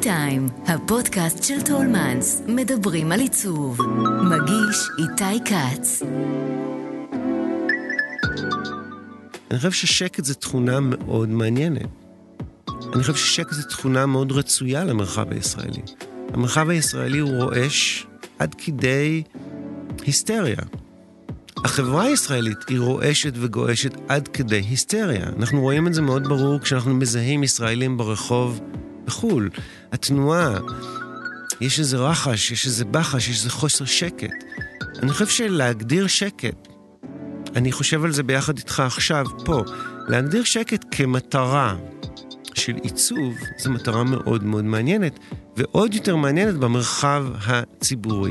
טיים, הפודקאסט של טולמנס, מדברים על עיצוב. מגיש איתי קץ. אני חושב ששקט זה תכונה מאוד מעניינת. אני חושב ששקט זה תכונה מאוד רצויה למרחב הישראלי. המרחב הישראלי הוא רועש עד כדי היסטריה. החברה הישראלית היא רועשת וגועשת עד כדי היסטריה. אנחנו רואים את זה מאוד ברור כשאנחנו מזהים ישראלים ברחוב בחול. התנועה, יש איזה רחש, יש איזה בחש, יש איזה חוסר שקט. אני חושב שלהגדיר שקט, אני חושב על זה ביחד איתך עכשיו, פה, להגדיר שקט כמטרה של עיצוב, זו מטרה מאוד מאוד מעניינת, ועוד יותר מעניינת במרחב הציבורי.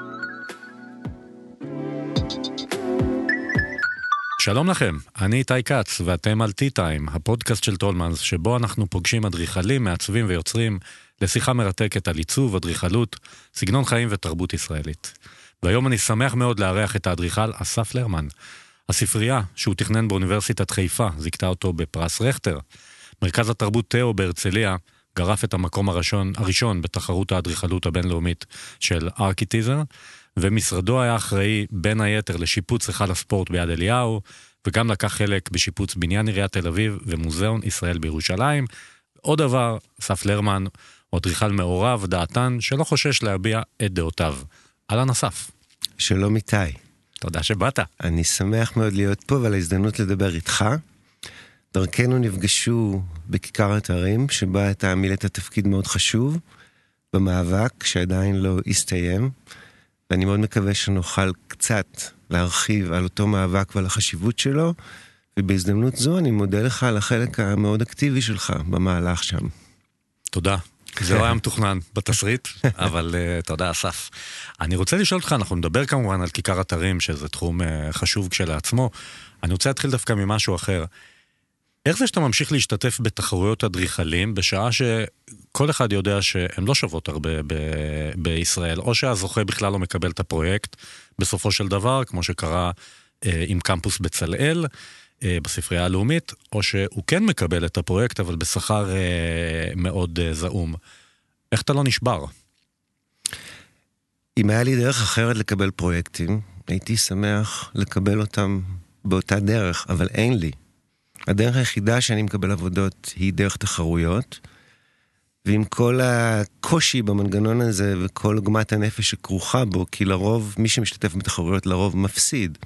שלום לכם, אני איתי קץ, ואתם על טיים, הפודקאסט של טולמנס, שבו אנחנו פוגשים אדריכלים, מעצבים ויוצרים לשיחה מרתקת על עיצוב, אדריכלות, סגנון חיים ותרבות ישראלית. והיום אני שמח מאוד לארח את האדריכל אסף לרמן. הספרייה שהוא תכנן באוניברסיטת חיפה, זיכתה אותו בפרס רכטר. מרכז התרבות תאו בהרצליה גרף את המקום הראשון בתחרות האדריכלות הבינלאומית של ארקיטיזר, ומשרדו היה אחראי בין היתר לשיפוץ היכל הספורט ביד אליהו, וגם לקח חלק בשיפוץ בניין עיריית תל אביב ומוזיאון ישראל בירושלים. עוד דבר, אסף לרמן הוא אדריכל מעורב, דעתן, שלא חושש להביע את דעותיו. אהלן אסף. שלום איתי. תודה שבאת. אני שמח מאוד להיות פה ועל ההזדמנות לדבר איתך. דרכנו נפגשו בכיכר התרים, שבה אתה מילאת תפקיד מאוד חשוב במאבק שעדיין לא הסתיים. ואני מאוד מקווה שנוכל קצת להרחיב על אותו מאבק ועל החשיבות שלו, ובהזדמנות זו אני מודה לך על החלק המאוד אקטיבי שלך במהלך שם. תודה. זה לא היה מתוכנן בתסריט, אבל תודה אסף. אני רוצה לשאול אותך, אנחנו נדבר כמובן על כיכר התרים, שזה תחום חשוב כשלעצמו. אני רוצה להתחיל דווקא ממשהו אחר. איך זה שאתה ממשיך להשתתף בתחרויות אדריכלים, בשעה שכל אחד יודע שהן לא שוות הרבה בישראל, או שהזוכה בכלל לא מקבל את הפרויקט בסופו של דבר, כמו שקרה עם קמפוס בצלאל, בספרייה הלאומית, או שהוא כן מקבל את הפרויקט, אבל בשכר מאוד זעום. איך אתה לא נשבר? אם היה לי דרך אחרת לקבל פרויקטים, הייתי שמח לקבל אותם באותה דרך, אבל אין לי. הדרך היחידה שאני מקבל עבודות היא דרך תחרויות, ועם כל הקושי במנגנון הזה וכל עוגמת הנפש שכרוכה בו, כי לרוב, מי שמשתתף בתחרויות לרוב מפסיד.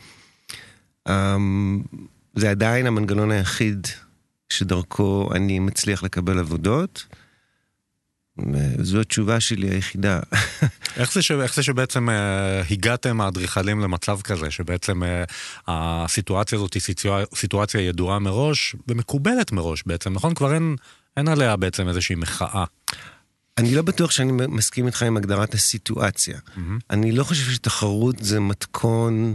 זה עדיין המנגנון היחיד שדרכו אני מצליח לקבל עבודות, וזו התשובה שלי היחידה. איך זה שבעצם הגעתם האדריכלים למצב כזה, שבעצם הסיטואציה הזאת היא סיטואציה ידועה מראש, ומקובלת מראש בעצם, נכון? כבר אין עליה בעצם איזושהי מחאה. אני לא בטוח שאני מסכים איתך עם הגדרת הסיטואציה. אני לא חושב שתחרות זה מתכון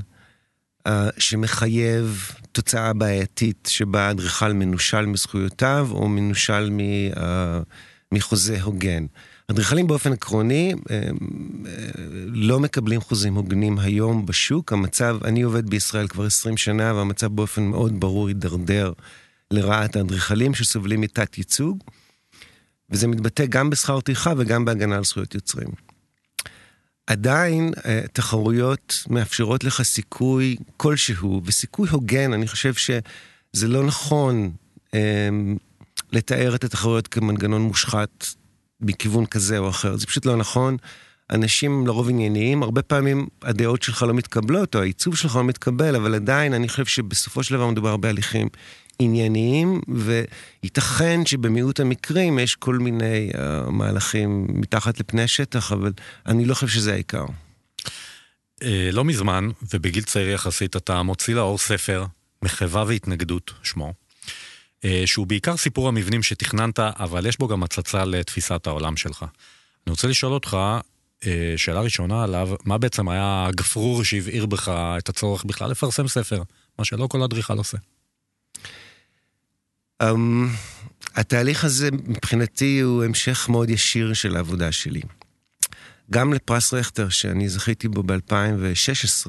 שמחייב תוצאה בעייתית, שבה האדריכל מנושל מזכויותיו, או מנושל מחוזה הוגן. אדריכלים באופן עקרוני לא מקבלים חוזים הוגנים היום בשוק. המצב, אני עובד בישראל כבר 20 שנה, והמצב באופן מאוד ברור יידרדר לרעת האדריכלים שסובלים מתת ייצוג, וזה מתבטא גם בשכר טרחה וגם בהגנה על זכויות יוצרים. עדיין תחרויות מאפשרות לך סיכוי כלשהו, וסיכוי הוגן. אני חושב שזה לא נכון לתאר את התחרויות כמנגנון מושחת בכיוון כזה או אחר. זה פשוט לא נכון. אנשים לרוב ענייניים, הרבה פעמים הדעות שלך לא מתקבלות, או העיצוב שלך לא מתקבל, אבל עדיין אני חושב שבסופו של דבר מדובר בהליכים ענייניים, וייתכן שבמיעוט המקרים יש כל מיני מהלכים מתחת לפני השטח, אבל אני לא חושב שזה העיקר. לא מזמן, ובגיל צעיר יחסית, אתה מוציא לאור ספר, מחווה והתנגדות, שמו, שהוא בעיקר סיפור המבנים שתכננת, אבל יש בו גם הצצה לתפיסת העולם שלך. אני רוצה לשאול אותך, שאלה ראשונה עליו, מה בעצם היה הגפרור שהבעיר בך את הצורך בכלל לפרסם ספר, מה שלא כל אדריכל עושה? התהליך הזה מבחינתי הוא המשך מאוד ישיר של העבודה שלי. גם לפרס רכטר שאני זכיתי בו ב-2016,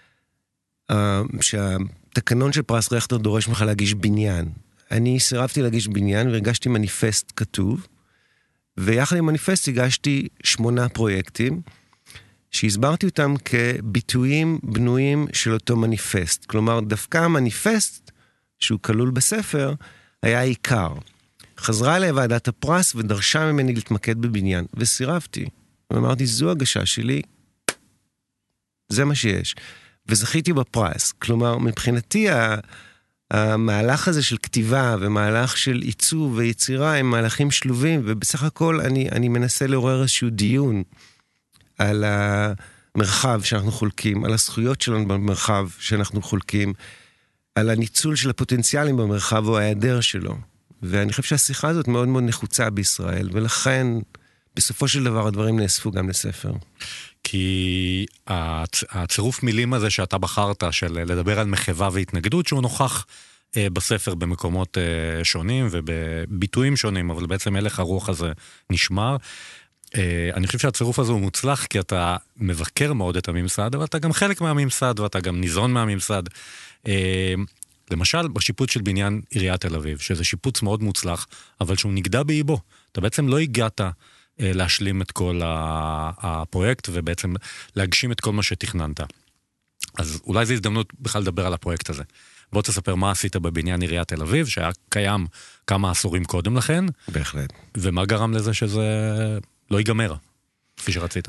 שהתקנון של פרס רכטר דורש ממך להגיש בניין. אני סירבתי להגיש בניין והרגשתי מניפסט כתוב, ויחד עם מניפסט הגשתי 8 פרויקטים, שהסברתי אותם כביטויים בנויים של אותו מניפסט. כלומר, דווקא המניפסט, שהוא כלול בספר, היה העיקר. חזרה אליי ועדת הפרס ודרשה ממני להתמקד בבניין, וסירבתי. ואמרתי, זו הגשה שלי, זה מה שיש. וזכיתי בפרס. כלומר, מבחינתי, המהלך הזה של כתיבה ומהלך של עיצוב ויצירה הם מהלכים שלובים, ובסך הכל אני מנסה לעורר איזשהו דיון על המרחב שאנחנו חולקים, על הזכויות שלנו במרחב שאנחנו חולקים, על הניצול של הפוטנציאלים במרחב או ההיעדר שלו. ואני חושב שהשיחה הזאת מאוד מאוד נחוצה בישראל, ולכן בסופו של דבר הדברים נאספו גם לספר. כי הצירוף מילים הזה שאתה בחרת של לדבר על מחווה והתנגדות, שהוא נוכח בספר במקומות שונים ובביטויים שונים, אבל בעצם הלך הרוח הזה נשמר. אני חושב שהצירוף הזה הוא מוצלח, כי אתה מבקר מאוד את הממסד, אבל אתה גם חלק מהממסד, ואתה גם ניזון מהממסד. למשל, בשיפוץ של בניין עיריית תל אביב, שזה שיפוץ מאוד מוצלח, אבל שהוא נגדע באיבו. אתה בעצם לא הגעת להשלים את כל הפרויקט, ובעצם להגשים את כל מה שתכננת. אז אולי זו הזדמנות בכלל לדבר על הפרויקט הזה. בוא תספר מה עשית בבניין עיריית תל אביב, שהיה קיים כמה עשורים קודם לכן. בהחלט. ומה גרם לזה שזה לא ייגמר, כפי שרצית?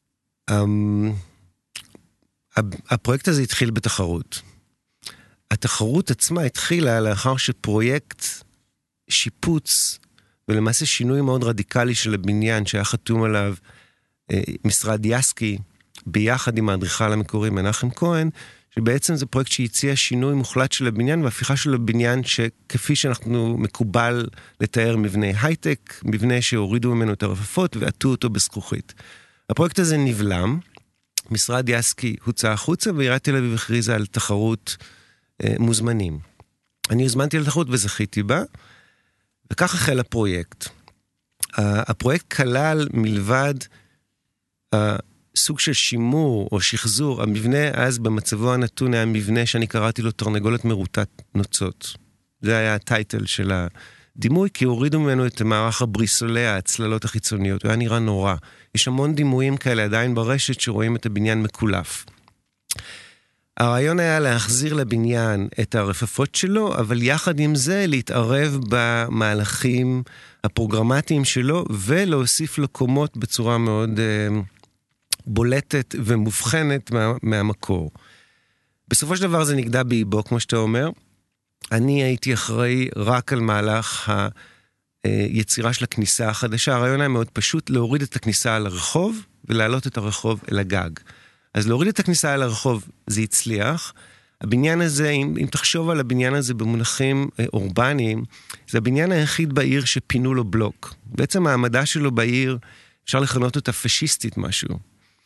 הפרויקט הזה התחיל בתחרות. התחרות עצמה התחילה לאחר שפרויקט שיפוץ, ולמעשה שינוי מאוד רדיקלי של הבניין, שהיה חתום עליו משרד יסקי, ביחד עם האדריכל המקורי מנחם כהן, שבעצם זה פרויקט שהציע שינוי מוחלט של הבניין, והפיכה של הבניין שכפי שאנחנו מקובל לתאר מבנה הייטק, מבנה שהורידו ממנו את הרפפות ועטו אותו בזכוכית. הפרויקט הזה נבלם, משרד יסקי הוצא החוצה, ועיריית תל אביב הכריזה על תחרות מוזמנים. אני הוזמנתי לתחרות וזכיתי בה, וכך החל הפרויקט. הפרויקט כלל מלבד סוג של שימור או שחזור, המבנה אז במצבו הנתון היה מבנה שאני קראתי לו תרנגולת מרוטת נוצות. זה היה הטייטל של הדימוי, כי הורידו ממנו את מערך הבריסולי, ההצללות החיצוניות, הוא היה נראה נורא. יש המון דימויים כאלה עדיין ברשת שרואים את הבניין מקולף. הרעיון היה להחזיר לבניין את הרפפות שלו, אבל יחד עם זה להתערב במהלכים הפרוגרמטיים שלו, ולהוסיף לו קומות בצורה מאוד בולטת ומובחנת מהמקור. בסופו של דבר זה נגדע באיבו, כמו שאתה אומר. אני הייתי אחראי רק על מהלך היצירה של הכניסה החדשה. הרעיון היה מאוד פשוט, להוריד את הכניסה על הרחוב, ולהעלות את הרחוב אל הגג. אז להוריד את הכניסה אל הרחוב, זה הצליח. הבניין הזה, אם תחשוב על הבניין הזה במונחים אורבניים, זה הבניין היחיד בעיר שפינו לו בלוק. בעצם העמדה שלו בעיר, אפשר לכנות אותה פשיסטית משהו.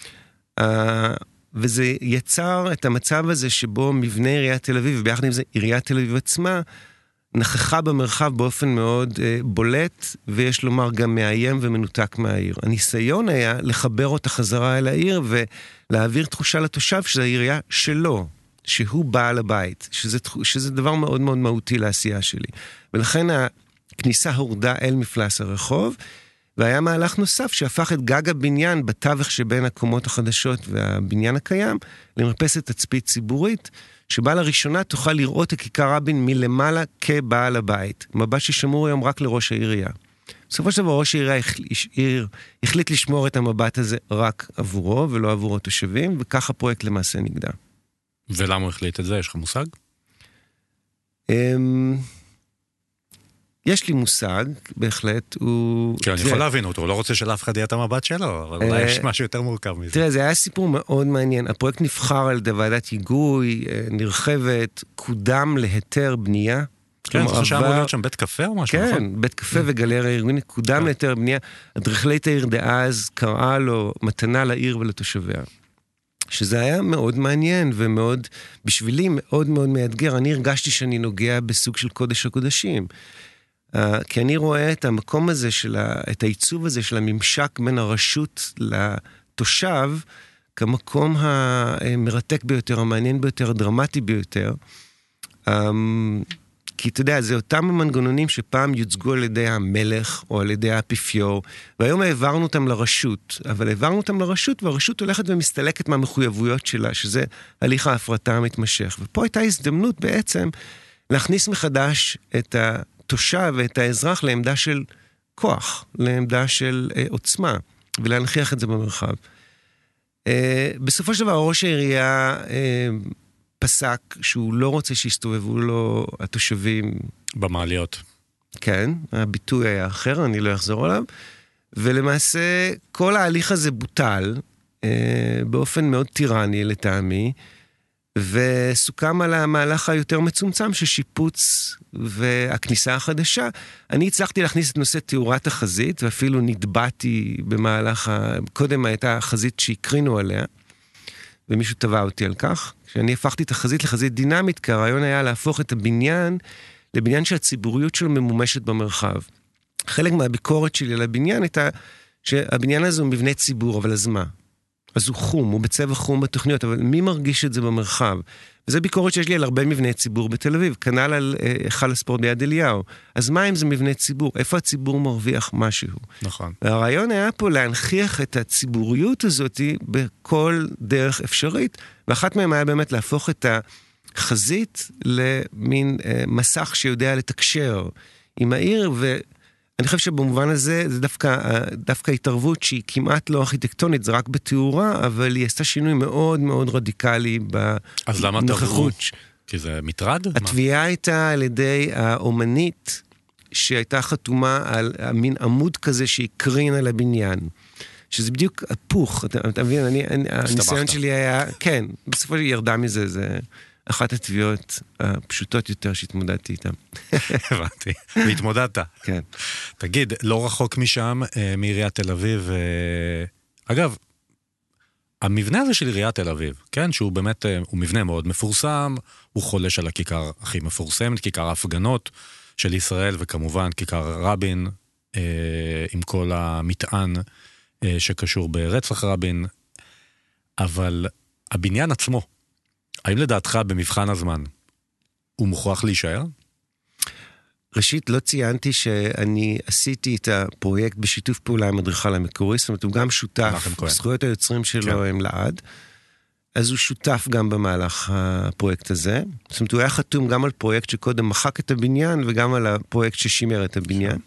וזה יצר את המצב הזה שבו מבנה עיריית תל אביב, וביחד עם זה עיריית תל אביב עצמה, נכחה במרחב באופן מאוד בולט, ויש לומר גם מאיים ומנותק מהעיר. הניסיון היה לחבר אותה חזרה אל העיר, ולהעביר תחושה לתושב שזה העירייה שלו, שהוא בעל הבית, שזה דבר מאוד מאוד מהותי לעשייה שלי. ולכן הכניסה הורדה אל מפלס הרחוב, והיה מהלך נוסף שהפך את גג הבניין בתווך שבין הקומות החדשות והבניין הקיים, למרפסת תצפית ציבורית, שבה לראשונה תוכל לראות את כיכר רבין מלמעלה כבעל הבית. מבט ששמור היום רק לראש העירייה. בסופו של דבר ראש העירייה החליט לשמור את המבט הזה רק עבורו, ולא עבור התושבים, וכך הפרויקט למעשה נגדע. ולמה הוא החליט את זה? יש לך מושג? יש לי מושג, בהחלט, הוא... כן, אני יכול להבין אותו, הוא לא רוצה שלאף אחד יהיה את המבט שלו, אבל אולי יש משהו יותר מורכב מזה. תראה, זה היה סיפור מאוד מעניין. הפרויקט נבחר על ידי ועדת היגוי, נרחבת, קודם להיתר בנייה. כן, זה חושב אמור להיות שם בית קפה או משהו, נכון? כן, בית קפה וגלריה ארגונית, קודם להיתר בנייה. אדריכלית העיר דאז קראה לו מתנה לעיר ולתושביה. שזה היה מאוד מעניין ומאוד, בשבילי מאוד מאוד מאתגר. אני הרגשתי שאני נוגע בסוג של קודש הקודשים. כי אני רואה את המקום הזה, את העיצוב הזה של הממשק בין הרשות לתושב, כמקום המרתק ביותר, המעניין ביותר, הדרמטי ביותר. כי אתה יודע, זה אותם המנגנונים שפעם יוצגו על ידי המלך או על ידי האפיפיור, והיום העברנו אותם לרשות, אבל העברנו אותם לרשות, והרשות הולכת ומסתלקת מהמחויבויות שלה, שזה הליך ההפרטה המתמשך. ופה הייתה הזדמנות בעצם להכניס מחדש את התושב ואת האזרח לעמדה של כוח, לעמדה של עוצמה, ולהנכיח את זה במרחב. בסופו של דבר, ראש העירייה פסק שהוא לא רוצה שיסתובבו לו התושבים. במעליות. כן, הביטוי היה אחר, אני לא אחזור עליו. ולמעשה, כל ההליך הזה בוטל, באופן מאוד טירני לטעמי, וסוכם על המהלך היותר מצומצם של שיפוץ והכניסה החדשה. אני הצלחתי להכניס את נושא תאורת החזית, ואפילו נדבעתי במהלך, קודם הייתה חזית שהקרינו עליה, ומישהו טבע אותי על כך. כשאני הפכתי את החזית לחזית דינמית, כי הרעיון היה להפוך את הבניין לבניין שהציבוריות שלו ממומשת במרחב. חלק מהביקורת שלי על הבניין הייתה שהבניין הזה הוא מבנה ציבור, אבל אז מה? אז הוא חום, הוא בצבע חום בתוכניות, אבל מי מרגיש את זה במרחב? וזו ביקורת שיש לי על הרבה מבני ציבור בתל אביב, כנ"ל על היכל הספורט ביד אליהו. אז מה אם זה מבנה ציבור? איפה הציבור מרוויח משהו? נכון. והרעיון היה פה להנכיח את הציבוריות הזאת בכל דרך אפשרית, ואחת מהם היה באמת להפוך את החזית למין מסך שיודע לתקשר עם העיר, אני חושב שבמובן הזה, זה דווקא התערבות שהיא כמעט לא ארכיטקטונית, זה רק בתיאורה, אבל היא עשתה שינוי מאוד מאוד רדיקלי בנוכחות. אז למה תעברו? כי זה מטרד? התביעה הייתה על ידי האומנית, שהייתה חתומה על מין עמוד כזה שהקרין על הבניין. שזה בדיוק הפוך, אתה מבין, הניסיון שלי היה, כן, בסופו של ירדה מזה, זה אחת התביעות הפשוטות יותר שהתמודדתי איתן. הבנתי, והתמודדת. כן. תגיד, לא רחוק משם, מעיריית תל אביב, אגב, המבנה הזה של עיריית תל אביב, כן, שהוא באמת, הוא מבנה מאוד מפורסם, הוא חולש על הכיכר הכי מפורסמת, כיכר ההפגנות של ישראל, וכמובן כיכר רבין, עם כל המטען שקשור ברצח רבין, אבל הבניין עצמו, האם לדעתך במבחן הזמן הוא מוכרח להישאר? ראשית, לא ציינתי שאני עשיתי את הפרויקט בשיתוף פעולה עם אדריכל המקורי, זאת אומרת, הוא גם שותף, זכויות היוצרים שלו הם לעד, אז הוא שותף גם במהלך הפרויקט הזה. זאת אומרת, הוא היה חתום גם על פרויקט שקודם מחק את הבניין, וגם על הפרויקט ששימר את הבניין.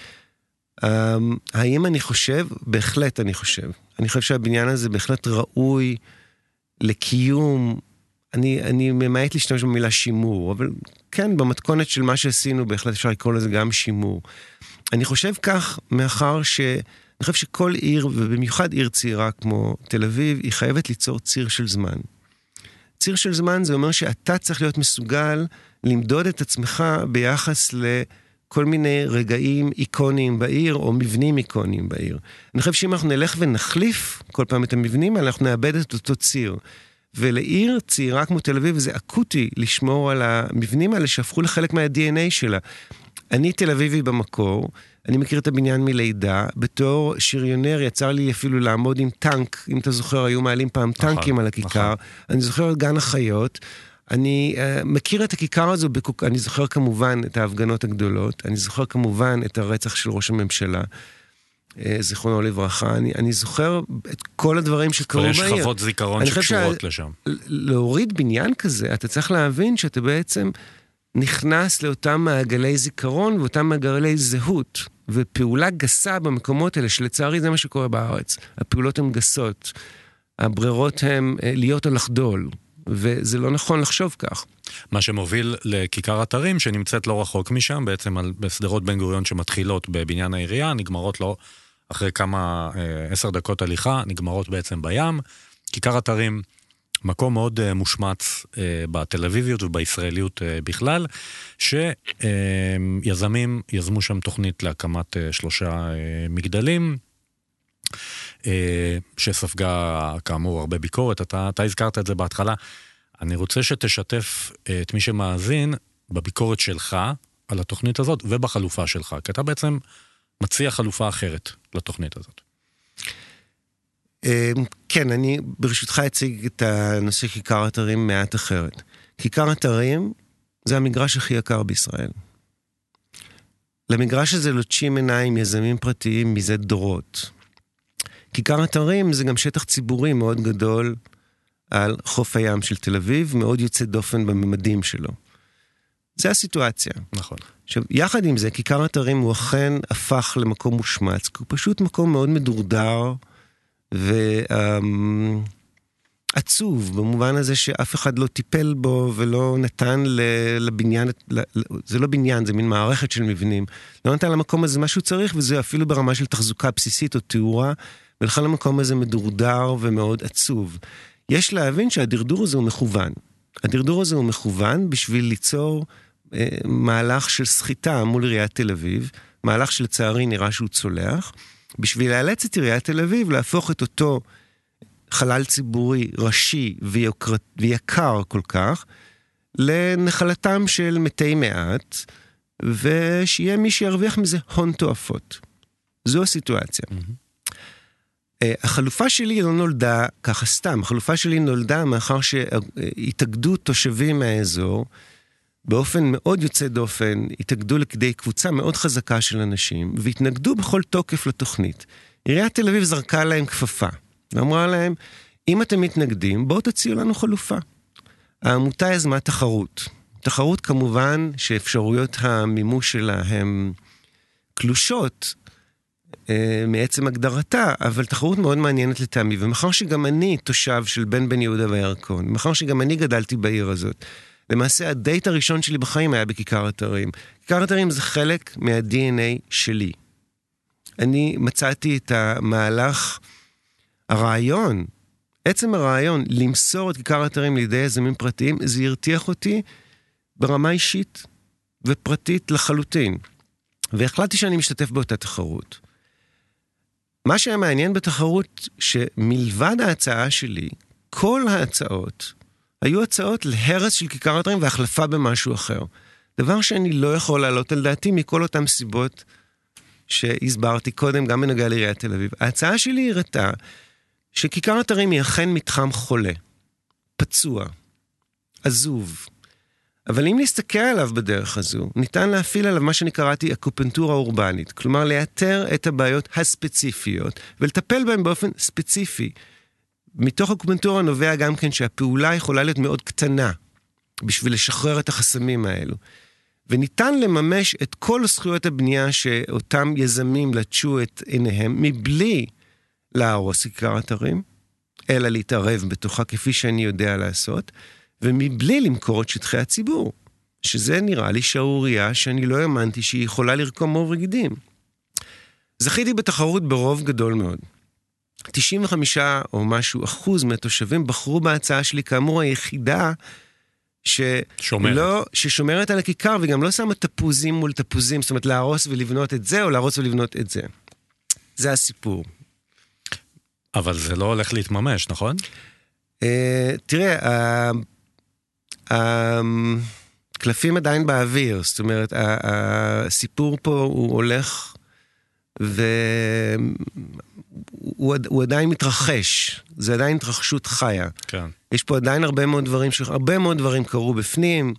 האם אני חושב? בהחלט אני חושב. אני חושב שהבניין הזה בהחלט ראוי לקיום, אני ממעט להשתמש במילה שימור, אבל כן, במתכונת של מה שעשינו, בהחלט אפשר לקרוא לזה גם שימור. אני חושב כך, מאחר אני חושב שכל עיר, ובמיוחד עיר צעירה כמו תל אביב, היא חייבת ליצור ציר של זמן. ציר של זמן זה אומר שאתה צריך להיות מסוגל למדוד את עצמך ביחס לכל מיני רגעים איקוניים בעיר, או מבנים איקוניים בעיר. אני חושב שאם אנחנו נלך ונחליף כל פעם את המבנים, אנחנו נאבד את אותו ציר. ולעיר צעירה כמו תל אביב זה אקוטי לשמור על המבנים האלה שהפכו לחלק מה-DNA שלה. אני תל אביבי במקור, אני מכיר את הבניין מלידה, בתור שריונר יצא לי אפילו לעמוד עם טנק, אם אתה זוכר, היו מעלים פעם טנקים על הכיכר, אני זוכר את גן החיות, אני מכיר את הכיכר הזו, אני זוכר כמובן את ההפגנות הגדולות, אני זוכר כמובן את הרצח של ראש הממשלה, זיכרונו לברכה, אני זוכר את כל הדברים שקרו בעיר. יש חוות זיכרון שקשורות לשם. להוריד בניין כזה, אתה צריך להבין שאתה בעצם נכנס לאותם מעגלי זיכרון ואותם מעגלי זהות, ופעולה גסה במקומות האלה, שלצערי זה מה שקורה בארץ. הפעולות הן גסות, הברירות הן להיות או לחדול, וזה לא נכון לחשוב כך. מה שמוביל לכיכר אתרים שנמצאת לא רחוק משם, בעצם בסדרות בן גוריון שמתחילות בבניין העירייה, נגמרות לו אחרי כמה 10 דקות הליכה, נגמרות בעצם בים. כיכר אתרים, מקום מאוד מושמץ בתל אביביות ובישראליות בכלל, שיזמים יזמו שם תוכנית להקמת 3 מגדלים, שספגה כאמור הרבה ביקורת, אתה הזכרת את זה בהתחלה. אני רוצה שתשתף את מי שמאזין בביקורת שלך על התוכנית הזאת ובחלופה שלך, כי אתה בעצם מציע חלופה אחרת לתוכנית הזאת. כן, אני ברשותך אציג את הנושא כיכר אתרים מעט אחרת. כיכר אתרים זה המגרש הכי יקר בישראל. למגרש הזה לוטשים עיניים יזמים פרטיים מזה דורות. כיכר אתרים זה גם שטח ציבורי מאוד גדול על חוף הים של תל אביב, מאוד יוצא דופן בממדים שלו. זה הסיטואציה. נכון. עכשיו, יחד עם זה, כיכר אתרים הוא אכן הפך למקום מושמץ, כי הוא פשוט מקום מאוד מדורדר ועצוב, במובן הזה שאף אחד לא טיפל בו ולא נתן לבניין, זה לא בניין, זה מין מערכת של מבנים, לא נתן למקום הזה מה שהוא צריך, וזה אפילו ברמה של תחזוקה בסיסית או תאורה, ולכן המקום הזה מדורדר ומאוד עצוב. יש להבין שהדרדור הזה הוא מכוון. הדרדור הזה הוא מכוון בשביל ליצור מהלך של סחיטה מול עיריית תל אביב, מהלך שלצערי נראה שהוא צולח, בשביל לאלץ את עיריית תל אביב להפוך את אותו חלל ציבורי ראשי ויקר כל כך, לנחלתם של מתי מעט, ושיהיה מי שירוויח מזה הון תועפות. זו הסיטואציה. החלופה שלי לא נולדה ככה סתם, החלופה שלי נולדה מאחר שהתאגדו תושבים מהאזור, באופן מאוד יוצא דופן, התאגדו לכדי קבוצה מאוד חזקה של אנשים, והתנגדו בכל תוקף לתוכנית. עיריית תל אביב זרקה להם כפפה, ואמרה להם, אם אתם מתנגדים, בואו תציעו לנו חלופה. העמותה יזמה תחרות. תחרות כמובן שאפשרויות המימוש שלה הן קלושות, מעצם הגדרתה, אבל תחרות מאוד מעניינת לטעמי, ומחר שגם אני תושב של בן יהודה וירקון, מחר שגם אני גדלתי בעיר הזאת, למעשה הדייט הראשון שלי בחיים היה בכיכר אתרים. כיכר אתרים זה חלק מה-DNA שלי. אני מצאתי את המהלך, הרעיון, עצם הרעיון למסור את כיכר אתרים לידי יזמים פרטיים, זה הרתיח אותי ברמה אישית ופרטית לחלוטין. והחלטתי שאני משתתף באותה תחרות. מה שהיה מעניין בתחרות, שמלבד ההצעה שלי, כל ההצעות היו הצעות להרס של כיכר אתרים והחלפה במשהו אחר. דבר שאני לא יכול לעלות על דעתי מכל אותם סיבות שהסברתי קודם, גם בנוגע לעיריית תל אביב. ההצעה שלי הראתה שכיכר אתרים היא אכן מתחם חולה, פצוע, עזוב. אבל אם נסתכל עליו בדרך הזו, ניתן להפעיל עליו מה שאני קראתי אקופנטורה אורבנית, כלומר לאתר את הבעיות הספציפיות, ולטפל בהן באופן ספציפי. מתוך אקופנטורה נובע גם כן שהפעולה יכולה להיות מאוד קטנה, בשביל לשחרר את החסמים האלו. וניתן לממש את כל זכויות הבנייה שאותם יזמים לטשו את עיניהם, מבלי להרוס כיכר אתרים, אלא להתערב בתוכה כפי שאני יודע לעשות, ומבלי למכור את שטחי הציבור, שזה נראה לי שערוריה שאני לא האמנתי שהיא יכולה לרקום עור וגידים. זכיתי בתחרות ברוב גדול מאוד. 95 או משהו אחוז מהתושבים בחרו בהצעה שלי כאמור היחידה ששומרת על הכיכר, וגם לא שמה תפוזים מול תפוזים, זאת אומרת להרוס ולבנות את זה, או להרוס ולבנות את זה. זה הסיפור. אבל זה לא הולך להתממש, נכון? תראה, הקלפים עדיין באוויר, זאת אומרת, הסיפור פה הוא הולך, והוא עדיין מתרחש, זה עדיין התרחשות חיה. כן. יש פה עדיין הרבה מאוד דברים קרו בפנים,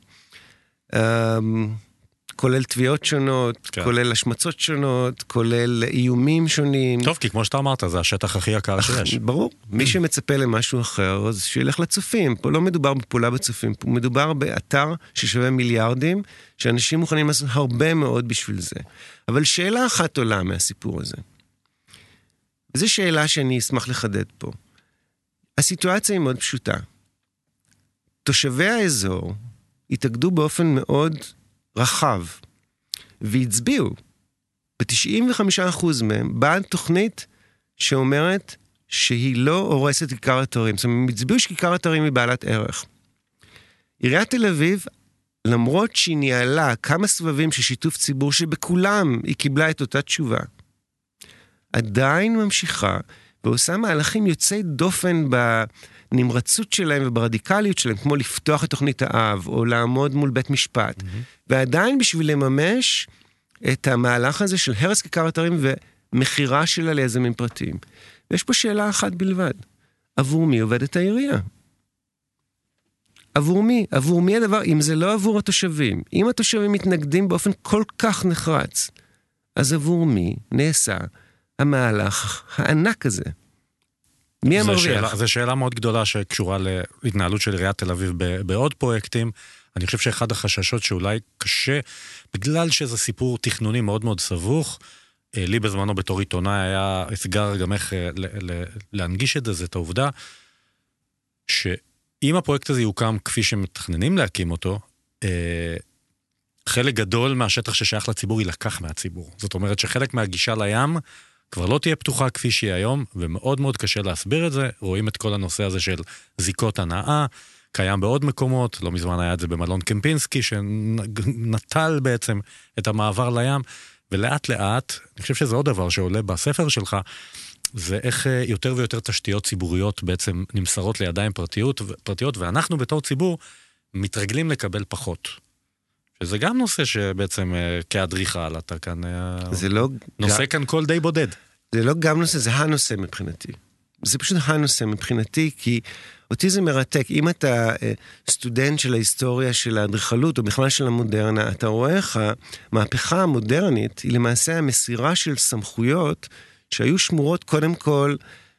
כולל תביעות שונות, כן. כולל השמצות שונות, כולל איומים שונים. טוב, כי כמו שאתה אמרת, זה השטח הכי יקר שיש. ברור. מי שמצפה למשהו אחר, אז שילך לצופים. פה לא מדובר בפעולה בצופים, פה מדובר באתר ששווה מיליארדים, שאנשים מוכנים לעשות הרבה מאוד בשביל זה. אבל שאלה אחת עולה מהסיפור הזה. וזו שאלה שאני אשמח לחדד פה. הסיטואציה היא מאוד פשוטה. תושבי האזור התאגדו באופן מאוד רחב, והצביעו ב-95% מהם בעד תוכנית שאומרת שהיא לא הורסת כיכר אתרים. זאת אומרת, הם הצביעו שכיכר אתרים היא בעלת ערך. עיריית תל אביב, למרות שהיא ניהלה כמה סבבים של שיתוף ציבור שבכולם היא קיבלה את אותה תשובה, עדיין ממשיכה ועושה מהלכים יוצאי דופן בנמרצות שלהם וברדיקליות שלהם, כמו לפתוח את תוכנית האב, או לעמוד מול בית משפט. ועדיין בשביל לממש את המהלך הזה של הרס כיכר אתרים ומחירה שלה ליזמים פרטיים. ויש פה שאלה אחת בלבד. עבור מי עובדת העירייה? עבור מי? עבור מי הדבר? אם זה לא עבור התושבים, אם התושבים מתנגדים באופן כל כך נחרץ, אז עבור מי נעשה המהלך הענק הזה? מי המרוויח? זו שאלה מאוד גדולה שקשורה להתנהלות של עיריית תל אביב בעוד פרויקטים. אני חושב שאחד החששות שאולי קשה, בגלל שזה סיפור תכנוני מאוד מאוד סבוך, לי בזמנו בתור עיתונאי היה אתגר גם איך להנגיש את זה, זאת העובדה, שאם הפרויקט הזה יוקם כפי שמתכננים להקים אותו, חלק גדול מהשטח ששייך לציבור ילקח מהציבור. זאת אומרת שחלק מהגישה לים כבר לא תהיה פתוחה כפי שהיא היום, ומאוד מאוד קשה להסביר את זה. רואים את כל הנושא הזה של זיקות הנאה, קיים בעוד מקומות, לא מזמן היה את זה במלון קמפינסקי, שנטל בעצם את המעבר לים, ולאט לאט, אני חושב שזה עוד דבר שעולה בספר שלך, זה איך יותר ויותר תשתיות ציבוריות בעצם נמסרות לידיים פרטיות, ואנחנו בתור ציבור מתרגלים לקבל פחות. שזה גם נושא שבעצם כאדריכל, אתה כאן נושא כאן כל די בודד. זה לא גם נושא, זה הנושא מבחינתי. זה פשוט הנושא מבחינתי, כי אותי זה מרתק. אם אתה סטודנט של ההיסטוריה של האדריכלות, או בכלל של המודרנה, אתה רואה איך המהפכה המודרנית היא למעשה המסירה של סמכויות שהיו שמורות קודם כל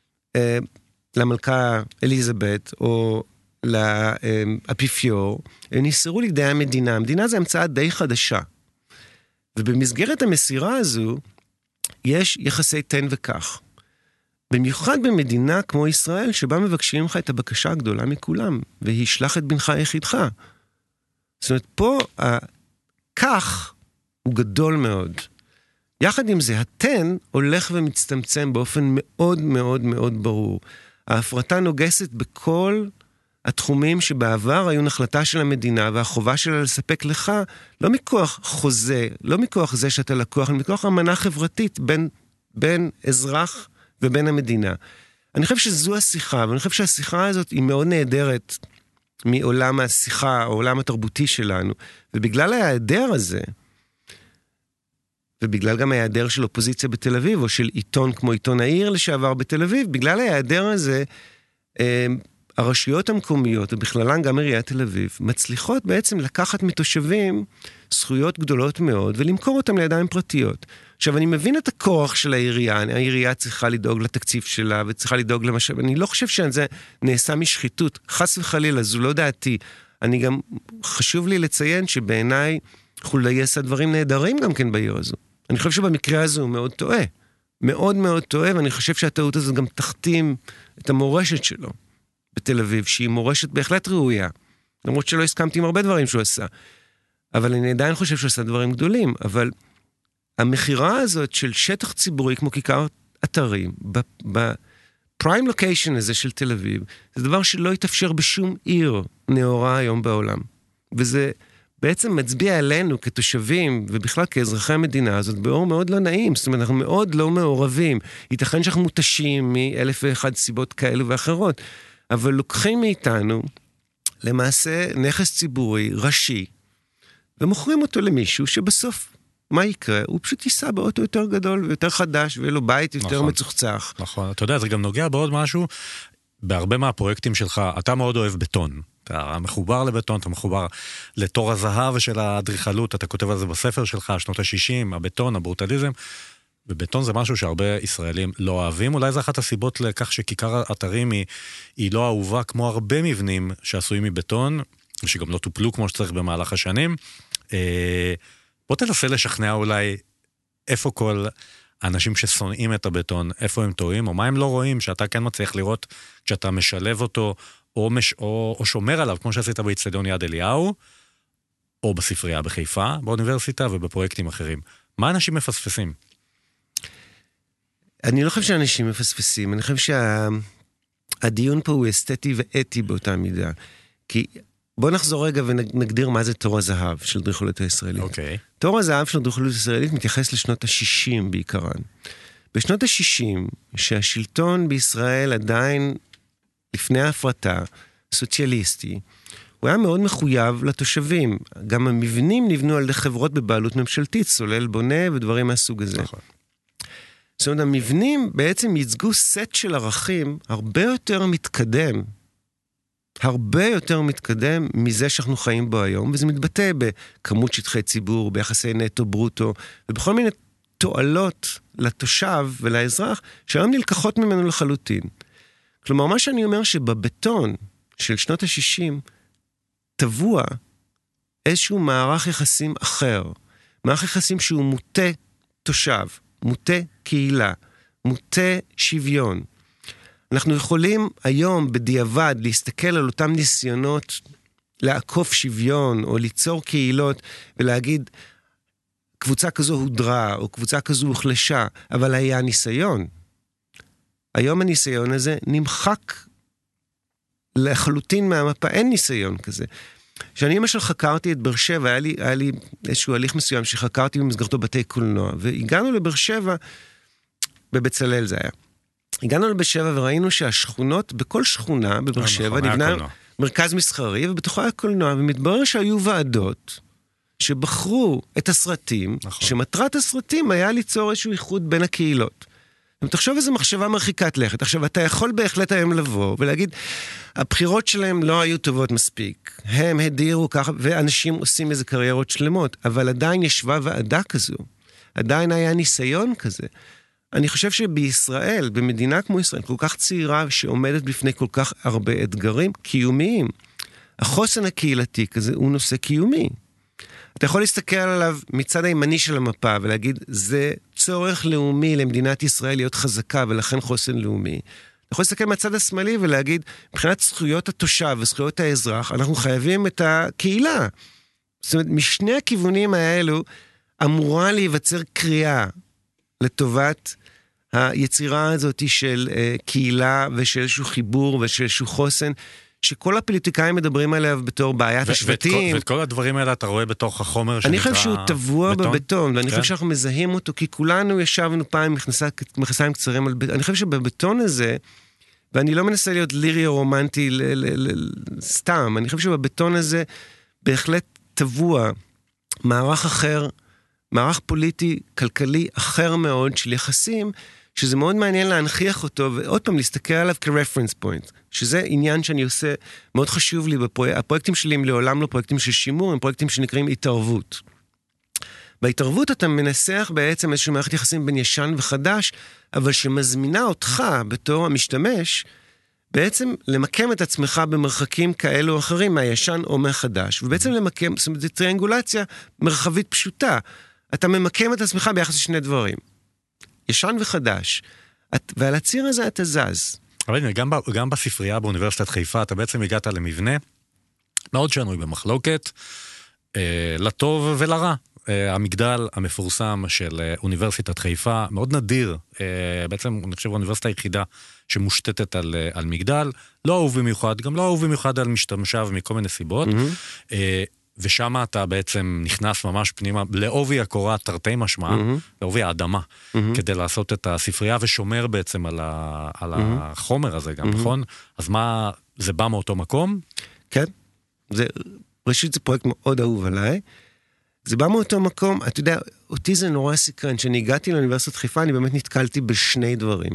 למלכה אליזבת, או לאפיפיור, הם ניסרו לידי המדינה. המדינה זה המצאה די חדשה. ובמסגרת המסירה הזו, יש יחסי תן וכך. במיוחד במדינה כמו ישראל, שבה מבקשים לך את הבקשה הגדולה מכולם, והיא שלח את בנך יחידך. זאת אומרת, פה הכך הוא גדול מאוד. יחד עם זה, התן הולך ומצטמצם באופן מאוד מאוד מאוד ברור. ההפרטה נוגסת בכל התחומים שבעבר היו נחלתה של המדינה, והחובה שלה לספק לך, לא מכוח חוזה, לא מכוח זה שאתה לקוח, אלא מכוח אמנה חברתית בין אזרח ובין המדינה. אני חושב שזו השיחה, ואני חושב שהשיחה הזאת היא מאוד נהדרת מעולם השיחה, או עולם התרבותי שלנו, ובגלל ההיעדר הזה, ובגלל גם ההיעדר של אופוזיציה בתל אביב, או של עיתון כמו עיתון העיר לשעבר בתל אביב, בגלל ההיעדר הזה, הרשויות המקומיות, ובכללן גם עיריית תל אביב, מצליחות בעצם לקחת מתושבים זכויות גדולות מאוד, ולמכור אותם לידיים פרטיות. עכשיו, אני מבין את הכוח של העירייה צריכה לדאוג לתקציב שלה, וצריכה לדאוג למשאב. אני לא חושב שזה נעשה משחיתות, חס וחלילה, זו לא דעתי. אני גם, חשוב לי לציין שבעיניי, חולאי עשה דברים נהדרים גם כן בעיר הזו. אני חושב שבמקרה הזה הוא מאוד טועה. מאוד מאוד טועה, ואני חושב שהטעות הזאת גם תחתים את המורשת שלו בתל אביב, שהיא מורשת בהחלט ראויה. למרות שלא הסכמתי עם הרבה דברים שהוא עשה. אבל אני עדיין חושב שהוא עשה דברים גדולים. אבל המחירה הזאת של שטח ציבורי כמו כיכר אתרים, בפריים לוקיישן הזה של תל אביב, זה דבר שלא יתאפשר בשום עיר נאורה היום בעולם. וזה בעצם מצביע עלינו כתושבים, ובכלל כאזרחי המדינה הזאת, באור מאוד לא נעים. זאת אומרת, אנחנו מאוד לא מעורבים. ייתכן שאנחנו מותשים מאלף ואחד סיבות כאלה ואחרות. אבל לוקחים מאיתנו, למעשה, נכס ציבורי, ראשי, ומוכרים אותו למישהו שבסוף, מה יקרה? הוא פשוט ייסע באוטו יותר גדול ויותר חדש, ויהיה לו בית יותר מצוחצח. נכון, אתה יודע, זה גם נוגע בעוד משהו, בהרבה מהפרויקטים שלך, אתה מאוד אוהב בטון. אתה מחובר לבטון, אתה מחובר לתור הזהב של האדריכלות, אתה כותב על זה בספר שלך, שנות ה-60, הבטון, הברוטליזם, ובטון זה משהו שהרבה ישראלים לא אוהבים, אולי זה אחת הסיבות לכך שכיכר אתרים היא לא אהובה כמו הרבה מבנים שעשויים מבטון, ושגם לא טופלו כמו שצריך במהלך השנים. בוא תנסה לשכנע אולי איפה כל האנשים ששונאים את הבטון, איפה הם טועים, או מה הם לא רואים, שאתה כן מצליח לראות כשאתה משלב אותו, או שומר עליו, כמו שעשית באצטדיון יד אליהו, או בספרייה בחיפה, באוניברסיטה ובפרויקטים אחרים. מה אנשים מפספסים? אני לא חושב שאנשים מפספסים, אני חושב שהדיון פה הוא אסתטי ואתי באותה מידה. כי בוא נחזור רגע ונגדיר מה זה תור הזהב של אדריכלות הישראלית. אוקיי. תור הזהב של אדריכלות הישראלית מתייחס לשנות ה-60 בעיקרן. בשנות ה-60, שהשלטון בישראל עדיין לפני ההפרטה, סוציאליסטי, הוא היה מאוד מחויב לתושבים. גם המבנים נבנו על ידי חברות בבעלות ממשלתית, סולל בונה ודברים מהסוג הזה. נכון. זאת אומרת, המבנים בעצם ייצגו סט של ערכים הרבה יותר מתקדם, הרבה יותר מתקדם מזה שאנחנו חיים בו היום, וזה מתבטא בכמות שטחי ציבור, ביחסי נטו ברוטו, ובכל מיני תועלות לתושב ולאזרח, שהיום נלקחות ממנו לחלוטין. כלומר, מה שאני אומר שבבטון של שנות ה-60, טבוע איזשהו מערך יחסים אחר, מערך יחסים שהוא מוטה תושב, מוטה קהילה, מוטה שוויון. אנחנו יכולים היום בדיעבד להסתכל על אותם ניסיונות לעקוף שוויון או ליצור קהילות ולהגיד קבוצה כזו הודרה או קבוצה כזו הוחלשה, אבל היה ניסיון. היום הניסיון הזה נמחק לחלוטין מהמפה, אין ניסיון כזה. כשאני למשל חקרתי את באר שבע, היה לי איזשהו הליך מסוים שחקרתי במסגרתו בתי קולנוע, והגענו לבאר שבע, בבצלאל זה היה. הגענו לבאר שבע וראינו שהשכונות, בכל שכונה בבאר שבע, נבנה מרכז מסחרי, ובתוכה היה קולנוע, ומתברר שהיו ועדות שבחרו את הסרטים, שמטרת הסרטים היה ליצור איזשהו איחוד בין הקהילות. תחשוב איזו מחשבה מרחיקת לכת. עכשיו, אתה יכול בהחלט היום לבוא ולהגיד, הבחירות שלהם לא היו טובות מספיק. הם הדירו ככה, ואנשים עושים איזה קריירות שלמות, אבל עדיין ישבה ועדה כזו. עדיין היה ניסיון כזה. אני חושב שבישראל, במדינה כמו ישראל, כל כך צעירה שעומדת בפני כל כך הרבה אתגרים קיומיים, החוסן הקהילתי כזה הוא נושא קיומי. אתה יכול להסתכל עליו מצד הימני של המפה ולהגיד, זה צורך לאומי למדינת ישראל להיות חזקה ולכן חוסן לאומי. אתה יכול להסתכל מהצד השמאלי ולהגיד, מבחינת זכויות התושב וזכויות האזרח, אנחנו חייבים את הקהילה. זאת אומרת, משני הכיוונים האלו אמורה להיווצר קריאה לטובת היצירה הזאת של קהילה ושל איזשהו חיבור ושל איזשהו חוסן, שכל הפוליטיקאים מדברים עליו בתור בעיית השבטים. ואת כל הדברים האלה אתה רואה בתוך החומר שנקרא... אני חושב שהוא טבוע בבטון, ואני חושב שאנחנו מזהים אותו, כי כולנו ישבנו פעם מכנסיים קצרים על בטון. אני חושב שבבטון הזה, ואני לא מנסה להיות לירי או רומנטי סתם, אני חושב שבבטון הזה בהחלט טבוע מערך אחר, מערך פוליטי, כלכלי אחר מאוד של יחסים, שזה מאוד מעניין להנחיח אותו, ועוד פעם להסתכל עליו כ-reference point, שזה עניין שאני עושה, מאוד חשוב לי הפרויקטים שלי הם לעולם לא פרויקטים של שימור, הם פרויקטים שנקראים התערבות. בהתערבות אתה מנסח בעצם איזושהי מערכת יחסים בין ישן וחדש, אבל שמזמינה אותך בתור המשתמש, בעצם למקם את עצמך במרחקים כאלו או אחרים מהישן או מהחדש, ובעצם למקם, זאת אומרת, זה טריאנגולציה מרחבית פשוטה. אתה ממקם את עצמך ביחס לשני דברים. ישן וחדש. ועל הציר הזה אתה זז. אבל גם בספרייה באוניברסיטת חיפה, אתה בעצם הגעת למבנה מאוד שנוי במחלוקת, לטוב ולרע. המגדל המפורסם של אוניברסיטת חיפה, מאוד נדיר, בעצם אני חושב האוניברסיטה היחידה שמושתתת על מגדל, לא אהוב במיוחד, גם לא אהוב במיוחד על משתמשיו מכל מיני סיבות, ושם אתה בעצם נכנס ממש פנימה, לעובי הקורה תרתי משמע, לעובי האדמה, כדי לעשות את הספרייה, ושומר בעצם על החומר הזה גם, נכון? אז מה, זה בא מאותו מקום? כן, ראשית זה פרויקט מאוד אהוב עליי, זה בא מאותו מקום, אתה יודע, אותי זה נורא סקרן, כשאני הגעתי לאוניברסיטת חיפה, אני באמת נתקלתי בשני דברים.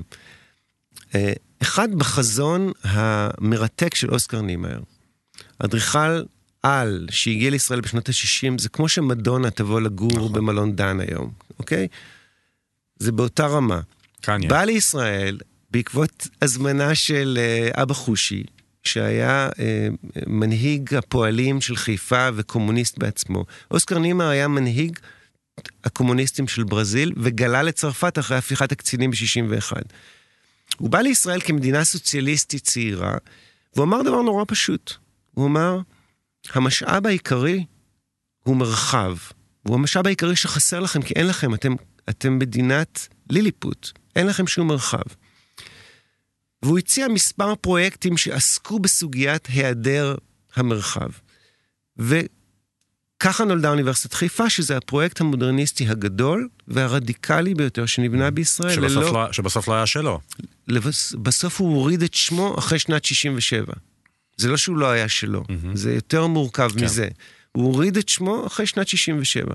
אחד, בחזון המרתק של אוסקר נימאייר. אדריכל על שהגיע לישראל בשנות ה-60, זה כמו שמדונה תבוא לגור במלון דן היום, אוקיי? זה באותה רמה. בא לישראל, בעקבות הזמנה של אבא חושי, שהיה מנהיג הפועלים של חיפה וקומוניסט בעצמו. אוסקר נימאייר היה מנהיג הקומוניסטים של ברזיל, וגלה לצרפת אחרי הפיכת הקצינים ב-61. הוא בא לישראל כמדינה סוציאליסטית צעירה, והוא אמר דבר נורא פשוט. הוא אמר, המשאב העיקרי הוא מרחב. הוא המשאב העיקרי שחסר לכם, כי אין לכם, אתם מדינת ליליפוט. אין לכם שום מרחב. והוא הציע מספר פרויקטים שעסקו בסוגיית היעדר המרחב. וככה נולדה אוניברסיטת חיפה, שזה הפרויקט המודרניסטי הגדול והרדיקלי ביותר שנבנה בישראל. שבסוף לא היה שלו. בסוף הוא הוריד את שמו אחרי שנת 67. זה לא שהוא לא היה שלו, זה יותר מורכב מזה. הוא הוריד את שמו אחרי שנת 67.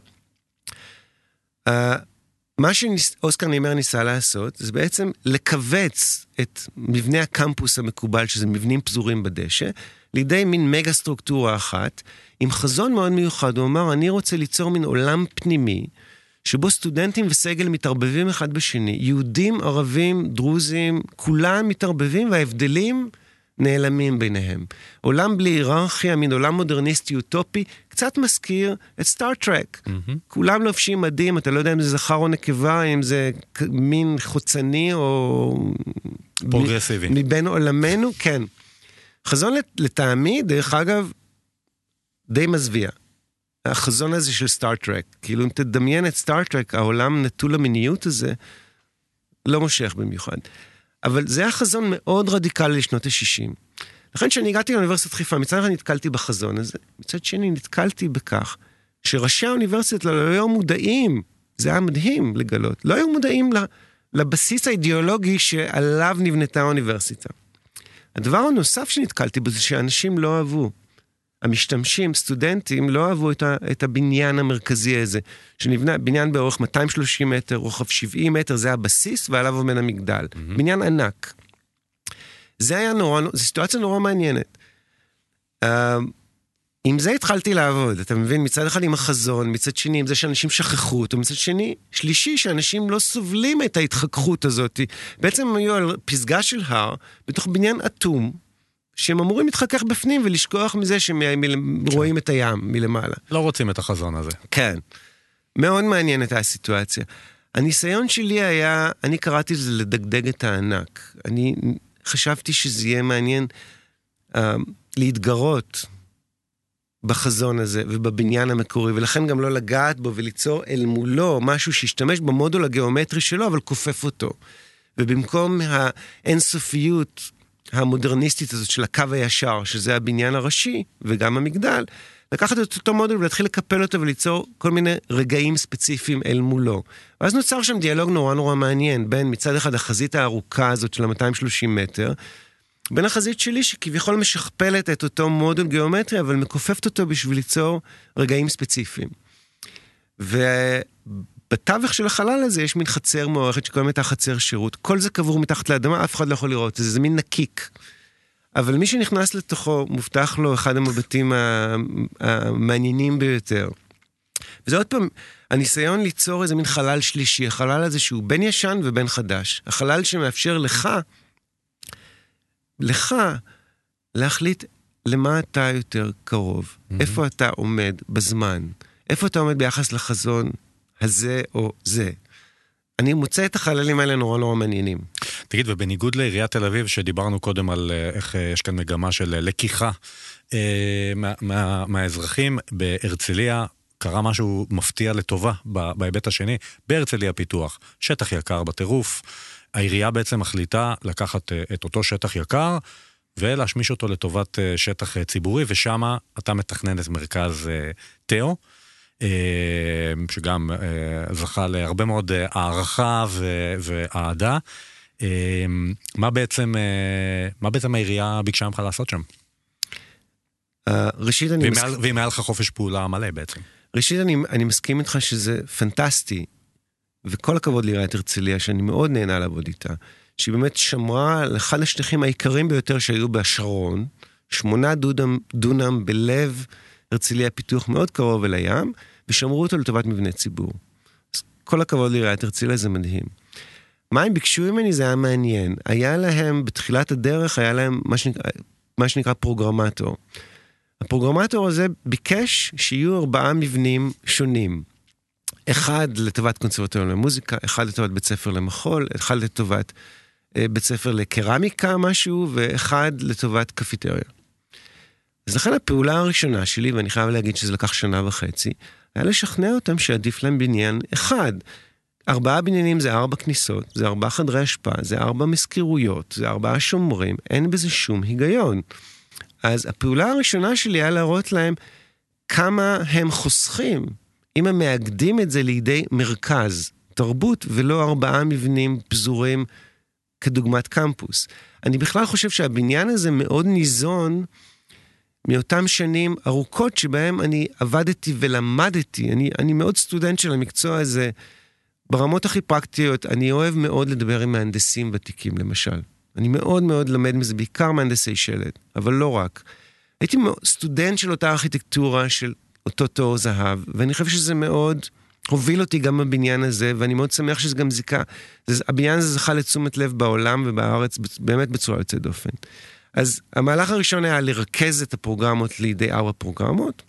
מה שאוסקר נימאייר ניסה לעשות, זה בעצם לקבץ את מבנה הקמפוס המקובל, שזה מבנים פזורים בדשא, לידי מין מגה סטרוקטורה אחת, עם חזון מאוד מיוחד. הוא אמר, אני רוצה ליצור מין עולם פנימי, שבו סטודנטים וסגל מתערבבים אחד בשני, יהודים, ערבים, דרוזים, כולם מתערבבים, וההבדלים נעלמים ביניהם. עולם בלי היררכיה, מין עולם מודרניסטי אוטופי, קצת מזכיר את סטאר טרק. כולם לובשים מדים, אתה לא יודע אם זה זכר או נקבה, אם זה מין חוצני או... פרוגרסיבי. מבין עולמנו, כן. חזון לטעמי, דרך אגב, די מזוויע. החזון הזה של סטאר טרק. כאילו, אם תדמיין את סטאר טרק, העולם נטול המיניות הזה, לא מושך במיוחד. אבל זה היה חזון מאוד רדיקלי לשנות ה-60. לכן כשאני הגעתי לאוניברסיטת חיפה, מצד אחד נתקלתי בחזון הזה, מצד שני נתקלתי בכך, שראשי האוניברסיטה לא היו מודעים, זה היה מדהים לגלות, לא היו מודעים לבסיס האידיאולוגי שעליו נבנתה האוניברסיטה. הדבר הנוסף שנתקלתי בו זה שאנשים לא אהבו. המשתמשים, סטודנטים, לא אהבו את הבניין המרכזי הזה, שנבנה בניין באורך 230 מטר, רוחב 70 מטר, זה הבסיס, ועליו עומד המגדל. בניין ענק. זה היה נורא, זו סיטואציה נורא מעניינת. עם זה התחלתי לעבוד, אתה מבין? מצד אחד עם החזון, מצד שני עם זה שאנשים שכחו אותו, מצד שלישי שאנשים לא סובלים את ההתחככות הזאת. בעצם הם היו על פסגה של הר, בתוך בניין אטום, שהם אמורים להתחכך בפנים ולשכוח מזה שהם רואים את הים מלמעלה. לא רוצים את החזון הזה. כן. מאוד מעניין את הסיטואציה. הניסיון שלי היה, אני קראתי לזה לדגדג את הענק. אני חשבתי שזה יהיה מעניין להתגרות בחזון הזה ובבניין המקורי, ולכן גם לא לגעת בו וליצור אל מולו משהו שישתמש במודול הגיאומטרי שלו, אבל כופף אותו. ובמקום האינסופיות המודרניסטית הזאת של הקו הישר, שזה הבניין הראשי וגם המגדל, לקחת את אותו מודול ולהתחיל לקפל אותו וליצור כל מיני רגעים ספציפיים אל מולו. ואז נוצר שם דיאלוג נורא נורא מעניין, בין מצד אחד החזית הארוכה הזאת של 230 מטר, בין החזית שלי שכביכול משכפלת את אותו מודול גיאומטרי, אבל מכופפת אותו בשביל ליצור רגעים ספציפיים. ובתווך של החלל הזה יש מין חצר מוערכת שקוראים את החצר שירות. כל זה קבור מתחת לאדמה, אף אחד לא יכול לראות. זה מין נקיק. אבל מי שנכנס לתוכו, מובטח לו אחד המבטים המעניינים ביותר. וזה עוד פעם, הניסיון ליצור איזה מין חלל שלישי, החלל הזה שהוא בין ישן ובין חדש. החלל שמאפשר לך להחליט למה אתה יותר קרוב, איפה אתה עומד בזמן, איפה אתה עומד ביחס לחזון הזה או זה. אני מוצא את החללים האלה נורא נורא מעניינים. תגיד, ובניגוד לעיריית תל אביב, שדיברנו קודם על איך יש כאן מגמה של לקיחה מהאזרחים, בהרצליה קרה משהו מפתיע לטובה בהיבט השני, בהרצליה פיתוח, שטח יקר בטירוף, העירייה בעצם מחליטה לקחת את אותו שטח יקר, ולהשמיש אותו לטובת שטח ציבורי, ושם אתה מתכנן את מרכז תאו, שגם זכה להרבה מאוד הערכה והעדה. מה בעצם העירייה ביקשה ממך לעשות שם? ראשית ואם היה לך חופש פעולה מלא בעצם. ראשית אני מסכים איתך שזה פנטסטי, וכל הכבוד לעיריית הרצליה, שאני מאוד נהנה לעבוד איתה, שהיא באמת שמרה על אחד השטחים העיקריים ביותר שהיו בשרון, 8 דונם בלב הרצליה פיתוח מאוד קרוב אל הים, ושמרו אותו לטובת מבני ציבור. אז כל הכבוד לעיריית הרצליה, זה מדהים. מה הם ביקשו ממני? זה היה מעניין. היה להם, בתחילת הדרך, היה להם מה שנקרא פרוגרמטור. הפרוגרמטור הזה ביקש שיהיו 4 מבנים שונים. אחד לטובת קונסרבטוריון למוזיקה, אחד לטובת בית ספר למחול, אחד לטובת בית ספר לקרמיקה משהו, ואחד לטובת קפיטריה. אז לכן הפעולה הראשונה שלי, ואני חייב להגיד שזה לקח 1.5 שנה, היה לשכנע אותם שעדיף להם בניין אחד. 4 בניינים זה 4 כניסות, זה 4 חדרי השפעה, זה 4 מזכירויות, זה 4 שומרים, אין בזה שום היגיון. אז הפעולה הראשונה שלי היה להראות להם כמה הם חוסכים, אם הם מאגדים את זה לידי מרכז, תרבות, ולא 4 מבנים פזורים כדוגמת קמפוס. אני בכלל חושב שהבניין הזה מאוד ניזון מאותם שנים ארוכות שבהם אני עבדתי ולמדתי. אני מאוד סטודנט של המקצוע הזה, ברמות הכי פרקטיות, אני אוהב מאוד לדבר עם מהנדסים ותיקים למשל. אני מאוד מאוד למד מזה, בעיקר מהנדסי שלד, אבל לא רק. הייתי סטודנט של אותה ארכיטקטורה של אותו תור זהב, ואני חושב שזה מאוד הוביל אותי גם בבניין הזה, ואני מאוד שמח שזה גם זיקה. הבניין הזה זכה לתשומת לב בעולם ובארץ, באמת בצורה יוצאת דופן. אז המהלך הראשון היה לרכז את הפרוגרמות לידי 4 פרוגרמות,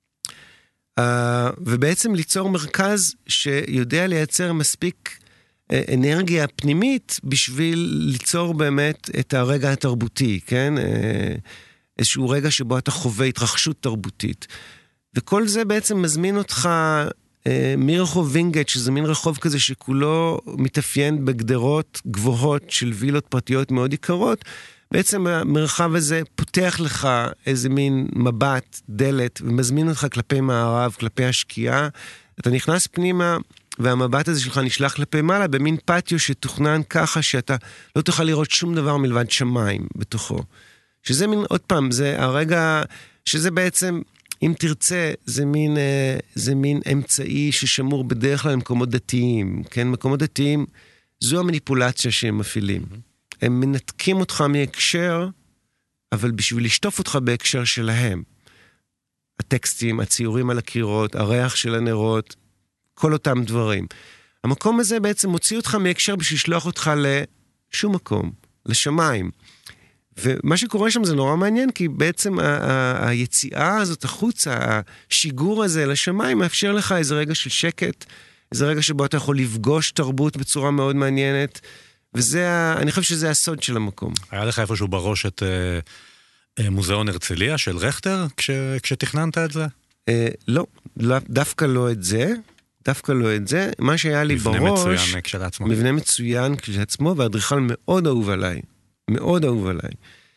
ובעצם ליצור מרכז שיודע לייצר מספיק אנרגיה פנימית בשביל ליצור באמת את הרגע התרבותי, כן? איזשהו רגע שבו אתה חווה התרחשות תרבותית. וכל זה בעצם מזמין אותך מרחוב וינגייט, שזה מין רחוב כזה שכולו מתאפיין בגדרות גבוהות של וילות פרטיות מאוד יקרות, בעצם המרחב הזה פותח לך איזה מין מבט, דלת, ומזמין אותך כלפי מערב, כלפי השקיעה. אתה נכנס פנימה, והמבט הזה שלך נשלח כלפי מעלה, במין פטיו שתוכנן ככה שאתה לא תוכל לראות שום דבר מלבד שמיים בתוכו. שזה מין, עוד פעם, זה הרגע, שזה בעצם, אם תרצה, זה מין אמצעי ששמור בדרך כלל למקומות דתיים, כן? מקומות דתיים, זו המניפולציה שהם מפעילים. הם מנתקים אותך מהקשר, אבל בשביל לשטוף אותך בהקשר שלהם. הטקסטים, הציורים על הקירות, הריח של הנרות, כל אותם דברים. המקום הזה בעצם מוציא אותך מהקשר בשביל לשלוח אותך לשום מקום, לשמיים. ומה שקורה שם זה נורא מעניין, כי בעצם היציאה הזאת החוצה, השיגור הזה לשמיים, מאפשר לך איזה רגע של שקט, איזה רגע שבו אתה יכול לפגוש תרבות בצורה מאוד מעניינת, אני חושב שזה הסוד של המקום. היה לך איפשהו בראש את מוזיאון הרצליה של רכטר, כשתכננת את זה? לא, דווקא לא את זה. דווקא לא את זה. מה שהיה לי בראש... מבנה מצוין כשלעצמו. מבנה מצוין כשלעצמו, והאדריכל מאוד אהוב עליי. מאוד אהוב עליי.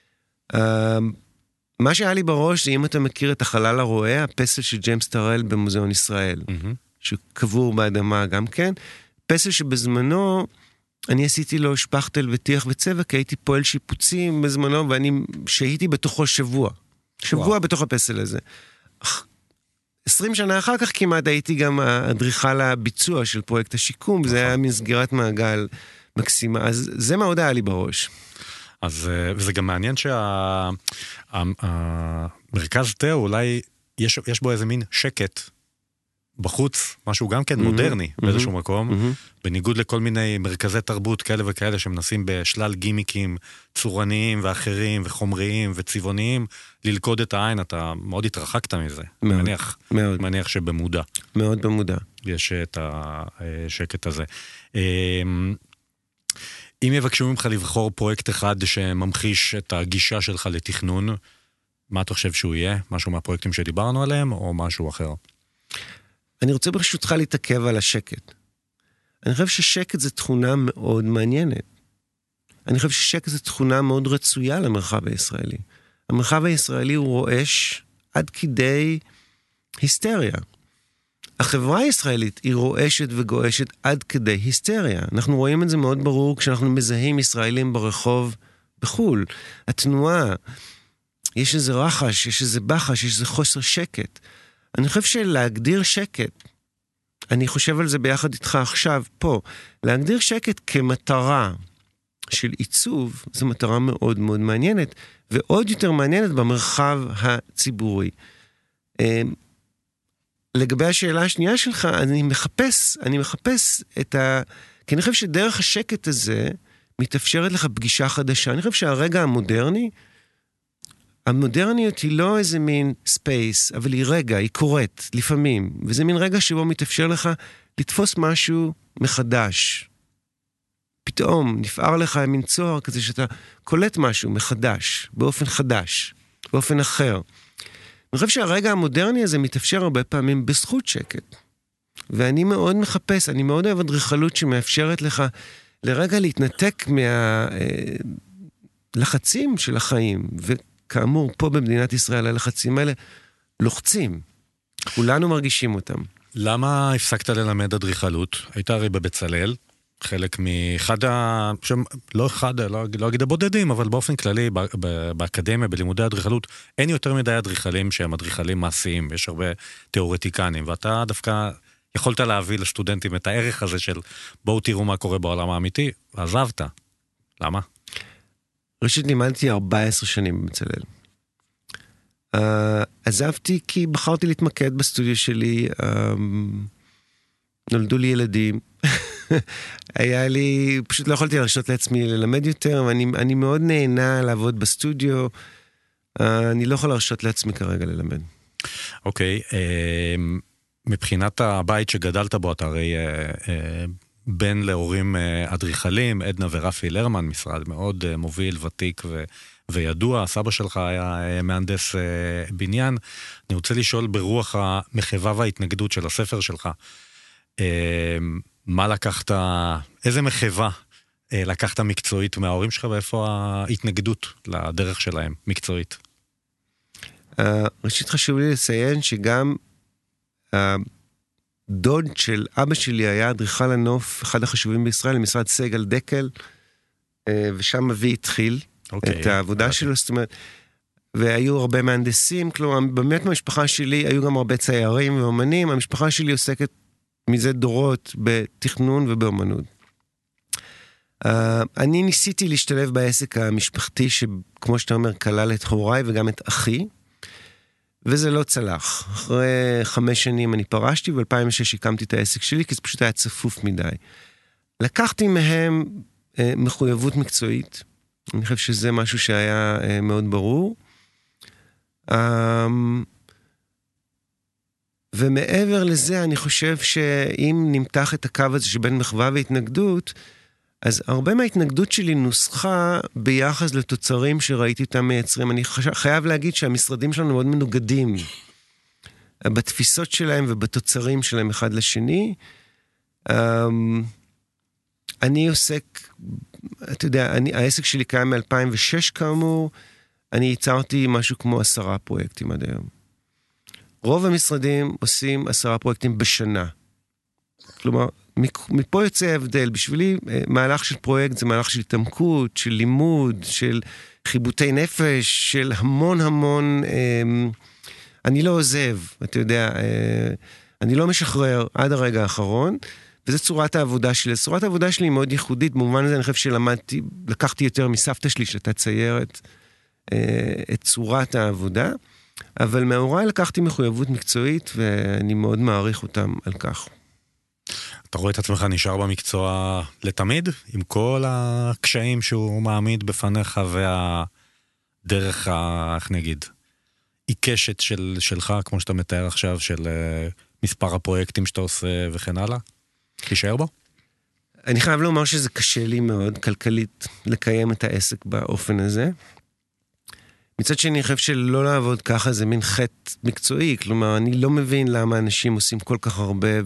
מה שהיה לי בראש זה אם אתה מכיר את החלל הרואה, הפסל של ג'יימס טרל במוזיאון ישראל, שקבור באדמה גם כן. פסל שבזמנו... אני עשיתי לו שפכטל וטיח וצבע, כי הייתי פועל שיפוצים בזמנו, ואני שהייתי בתוכו שבוע בתוך הפסל הזה. 20 שנה אחר כך כמעט הייתי גם האדריכל הביצוע של פרויקט השיקום, וזה היה מסגירת מעגל מקסימה, אז זה מאוד היה לי בראש. אז, וזה גם מעניין שהמרכז תאו, אולי יש בו איזה מין שקט, בחוץ, משהו גם כן מודרני באיזשהו מקום, בניגוד לכל מיני מרכזי תרבות כאלה וכאלה שמנסים בשלל גימיקים צורניים ואחרים וחומריים וצבעוניים ללכוד את העין, אתה מאוד התרחקת מזה. מניח שבמודע. מאוד במודע. יש את השקט הזה. אם יבקשו ממך לבחור פרויקט אחד שממחיש את הגישה שלך לתכנון, מה אתה חושב שהוא יהיה? משהו מהפרויקטים שדיברנו עליהם או משהו אחר? אני רוצה ברשותך להתעכב על השקט. אני חושב ששקט זה תכונה מאוד מעניינת. אני חושב ששקט זה תכונה מאוד רצויה למרחב הישראלי. המרחב הישראלי הוא רועש עד כדי היסטריה. החברה הישראלית היא רועשת וגועשת עד כדי היסטריה. אנחנו רואים את זה מאוד ברור כשאנחנו מזהים ישראלים ברחוב בחול. התנועה, יש איזה רחש, יש איזה בחש, יש איזה חוסר שקט. אני חושב שלהגדיר שקט, אני חושב על זה ביחד איתך עכשיו, פה, להגדיר שקט כמטרה של עיצוב, זו מטרה מאוד מאוד מעניינת, ועוד יותר מעניינת במרחב הציבורי. לגבי השאלה השנייה שלך, אני מחפש כי אני חושב שדרך השקט הזה, מתאפשרת לך פגישה חדשה. אני חושב שהרגע המודרניות היא לא איזה מין ספייס, אבל היא רגע, היא קורית, לפעמים. וזה מין רגע שבו מתאפשר לך לתפוס משהו מחדש. פתאום נפער לך מין צוהר כזה שאתה קולט משהו מחדש, באופן חדש, באופן אחר. אני חושב שהרגע המודרני הזה מתאפשר הרבה פעמים בזכות שקט. ואני מאוד מחפש, אני מאוד אוהב אדריכלות שמאפשרת לך לרגע להתנתק מהלחצים של החיים. וכאמור, פה במדינת ישראל הלחצים האלה לוחצים. כולנו מרגישים אותם. למה הפסקת ללמד אדריכלות? היית הרי בבצלאל, חלק מאחד לא אגיד הבודדים, אבל באופן כללי, באקדמיה, בלימודי אדריכלות, אין יותר מדי אדריכלים שהם אדריכלים מעשיים, יש הרבה תיאורטיקנים, ואתה דווקא יכולת להביא לסטודנטים את הערך הזה של בואו תראו מה קורה בעולם האמיתי, ועזבת. למה? ראשית, לימדתי 14 שנים בבצלאל. עזבתי כי בחרתי להתמקד בסטודיו שלי, נולדו לי ילדים, היה לי, פשוט לא יכולתי להרשות לעצמי ללמד יותר, ואני מאוד נהנה לעבוד בסטודיו, אני לא יכול להרשות לעצמי כרגע ללמד. אוקיי, מבחינת הבית שגדלת בו, אתה הרי בן להורים אדריכלים, עדנה ורפי לרמן, משרד מאוד מוביל, ותיק וידוע, סבא שלך היה מהנדס בניין. אני רוצה לשאול ברוח המחווה וההתנגדות של הספר שלך, מה לקחת, איזה מחווה לקחת מקצועית מההורים שלך, ואיפה ההתנגדות לדרך שלהם מקצועית? ראשית חשוב לי לציין שגם דוד של אבא שלי היה אדריכל הנוף, אחד החשובים בישראל, למשרד סגל דקל, ושם אבי התחיל את העבודה שלו, זאת אומרת, והיו הרבה מהנדסים, כלומר, באמת במשפחה שלי היו גם הרבה ציירים ואומנים, המשפחה שלי עוסקת מזה דורות בתכנון ובאומנות. אני ניסיתי להשתלב בעסק המשפחתי, שכמו שאתה אומר, כלל את הוריי וגם את אחי, וזה לא צלח. אחרי 5 שנים אני פרשתי, ב-2006 הקמתי את העסק שלי, כי זה פשוט היה צפוף מדי. לקחתי מהם מחויבות מקצועית, אני חושב שזה משהו שהיה מאוד ברור. ומעבר לזה, אני חושב שאם נמתח את הקו הזה שבין מחווה והתנגדות, אז הרבה מההתנגדות שלי נוסחה ביחס לתוצרים שראיתי אותם מייצרים. אני חייב להגיד שהמשרדים שלנו מאוד מנוגדים בתפיסות שלהם ובתוצרים שלהם אחד לשני. אני עוסק, אתה יודע, העסק שלי קיים מ-2006 כאמור, אני ייצרתי משהו כמו 10 פרויקטים עד היום. רוב המשרדים עושים 10 פרויקטים בשנה. כלומר, מפה יוצא ההבדל. בשבילי, מהלך של פרויקט זה מהלך של התעמקות, של לימוד, של חיבוטי נפש, של המון, אני לא עוזב, אתה יודע, אני לא משחרר עד הרגע האחרון, וזו צורת העבודה שלי. צורת העבודה שלי היא מאוד ייחודית, במובן הזה אני חושב שלמדתי, לקחתי יותר מסבתא שלי, שאתה ציירת את צורת העבודה, אבל מההוריי לקחתי מחויבות מקצועית, ואני מאוד מעריך אותם על כך. אתה רואה את עצמך נשאר במקצוע לתמיד, עם כל הקשיים שהוא מעמיד בפניך, והדרך, איך נגיד, עיקשת שלך, כמו שאתה מתאר עכשיו, של מספר הפרויקטים שאתה עושה וכן הלאה? תישאר בו? אני חייב לומר שזה קשה לי מאוד, כלכלית, לקיים את העסק באופן הזה. מצד שני, אני חושב שלא לעבוד ככה זה מין חטא מקצועי, כלומר, אני לא מבין למה אנשים עושים כל כך הרבה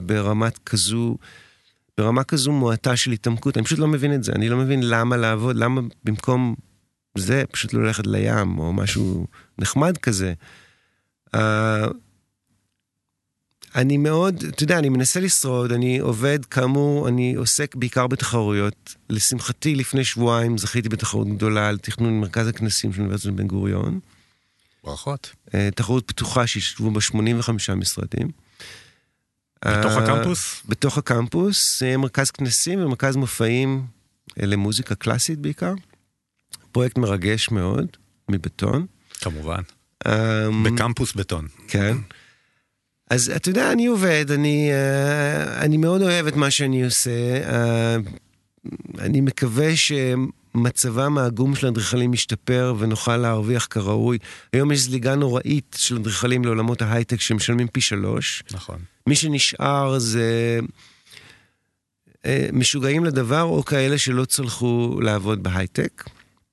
ברמה כזו מועטה של התעמקות, אני פשוט לא מבין את זה, אני לא מבין למה לעבוד, למה במקום זה פשוט לא ללכת לים, או משהו נחמד כזה. אני מאוד, אתה יודע, אני מנסה לשרוד, אני עובד כאמור, אני עוסק בעיקר בתחרויות. לשמחתי, לפני שבועיים זכיתי בתחרות גדולה על תכנון מרכז הכנסים של אוניברסיטת בן גוריון. ברכות. תחרות פתוחה שישבו בה 85 משרדים. בתוך הקמפוס? בתוך הקמפוס, מרכז כנסים ומרכז מופעים למוזיקה קלאסית בעיקר. פרויקט מרגש מאוד, מבטון. כמובן. בקמפוס בטון. כן. אז אתה יודע, אני עובד, אני מאוד אוהב את מה שאני עושה, אני מקווה שמצבם העגום של האדריכלים משתפר ונוכל להרוויח כראוי. היום יש זליגה נוראית של אדריכלים לעולמות ההייטק שמשלמים פי 3. נכון. מי שנשאר זה משוגעים לדבר או כאלה שלא צלחו לעבוד בהייטק.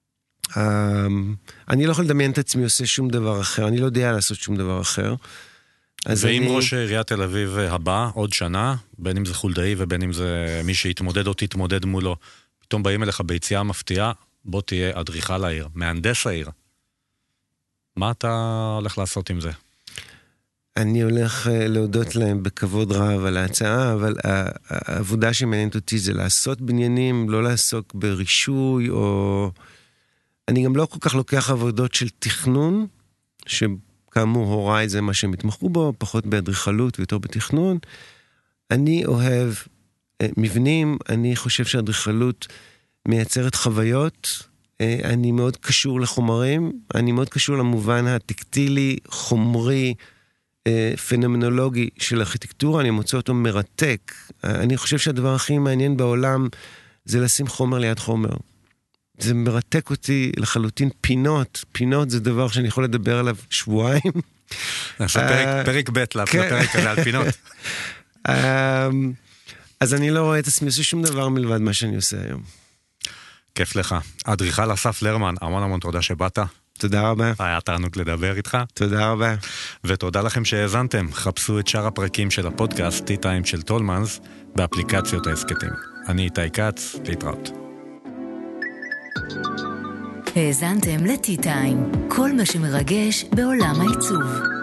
אני לא יכול לדמיין את עצמי עושה שום דבר אחר, אני לא יודע לעשות שום דבר אחר. ואם ראש עיריית תל אביב הבא, עוד שנה, בין אם זה חולדאי ובין אם זה מי שיתמודד או תתמודד מולו, פתאום באים אליך ביציאה מפתיעה, בוא תהיה אדריכל העיר, מהנדס העיר. מה אתה הולך לעשות עם זה? אני הולך להודות להם בכבוד רב על ההצעה, אבל העבודה שמעניינת אותי זה לעשות בניינים, לא לעסוק ברישוי, או... אני גם לא כל כך לוקח עבודות של תכנון, כאמור, הוריי זה מה שהם התמחו בו, פחות באדריכלות ויותר בתכנון. אני אוהב מבנים, אני חושב שהאדריכלות מייצרת חוויות, אני מאוד קשור לחומרים, אני מאוד קשור למובן הטקטילי, חומרי, פנומנולוגי של ארכיטקטורה, אני מוצא אותו מרתק. אני חושב שהדבר הכי מעניין בעולם זה לשים חומר ליד חומר. זה מרתק אותי לחלוטין. פינות זה דבר שאני יכול לדבר עליו שבועיים. עכשיו פרק ב' לפרק הזה על פינות. אז אני לא רואה את עצמי עושה שום דבר מלבד מה שאני עושה היום. כיף לך. אדריכל אסף לרמן, המון תודה שבאת. תודה רבה. היה תענוג לדבר איתך. תודה רבה. ותודה לכם שהאזנתם. חפשו את שאר הפרקים של הפודקאסט Tea Time של טולמנס באפליקציות ההסקטים. אני איתי כץ, להתראות. האזנתם ל-Tea Time, כל מה שמרגש בעולם העיצוב.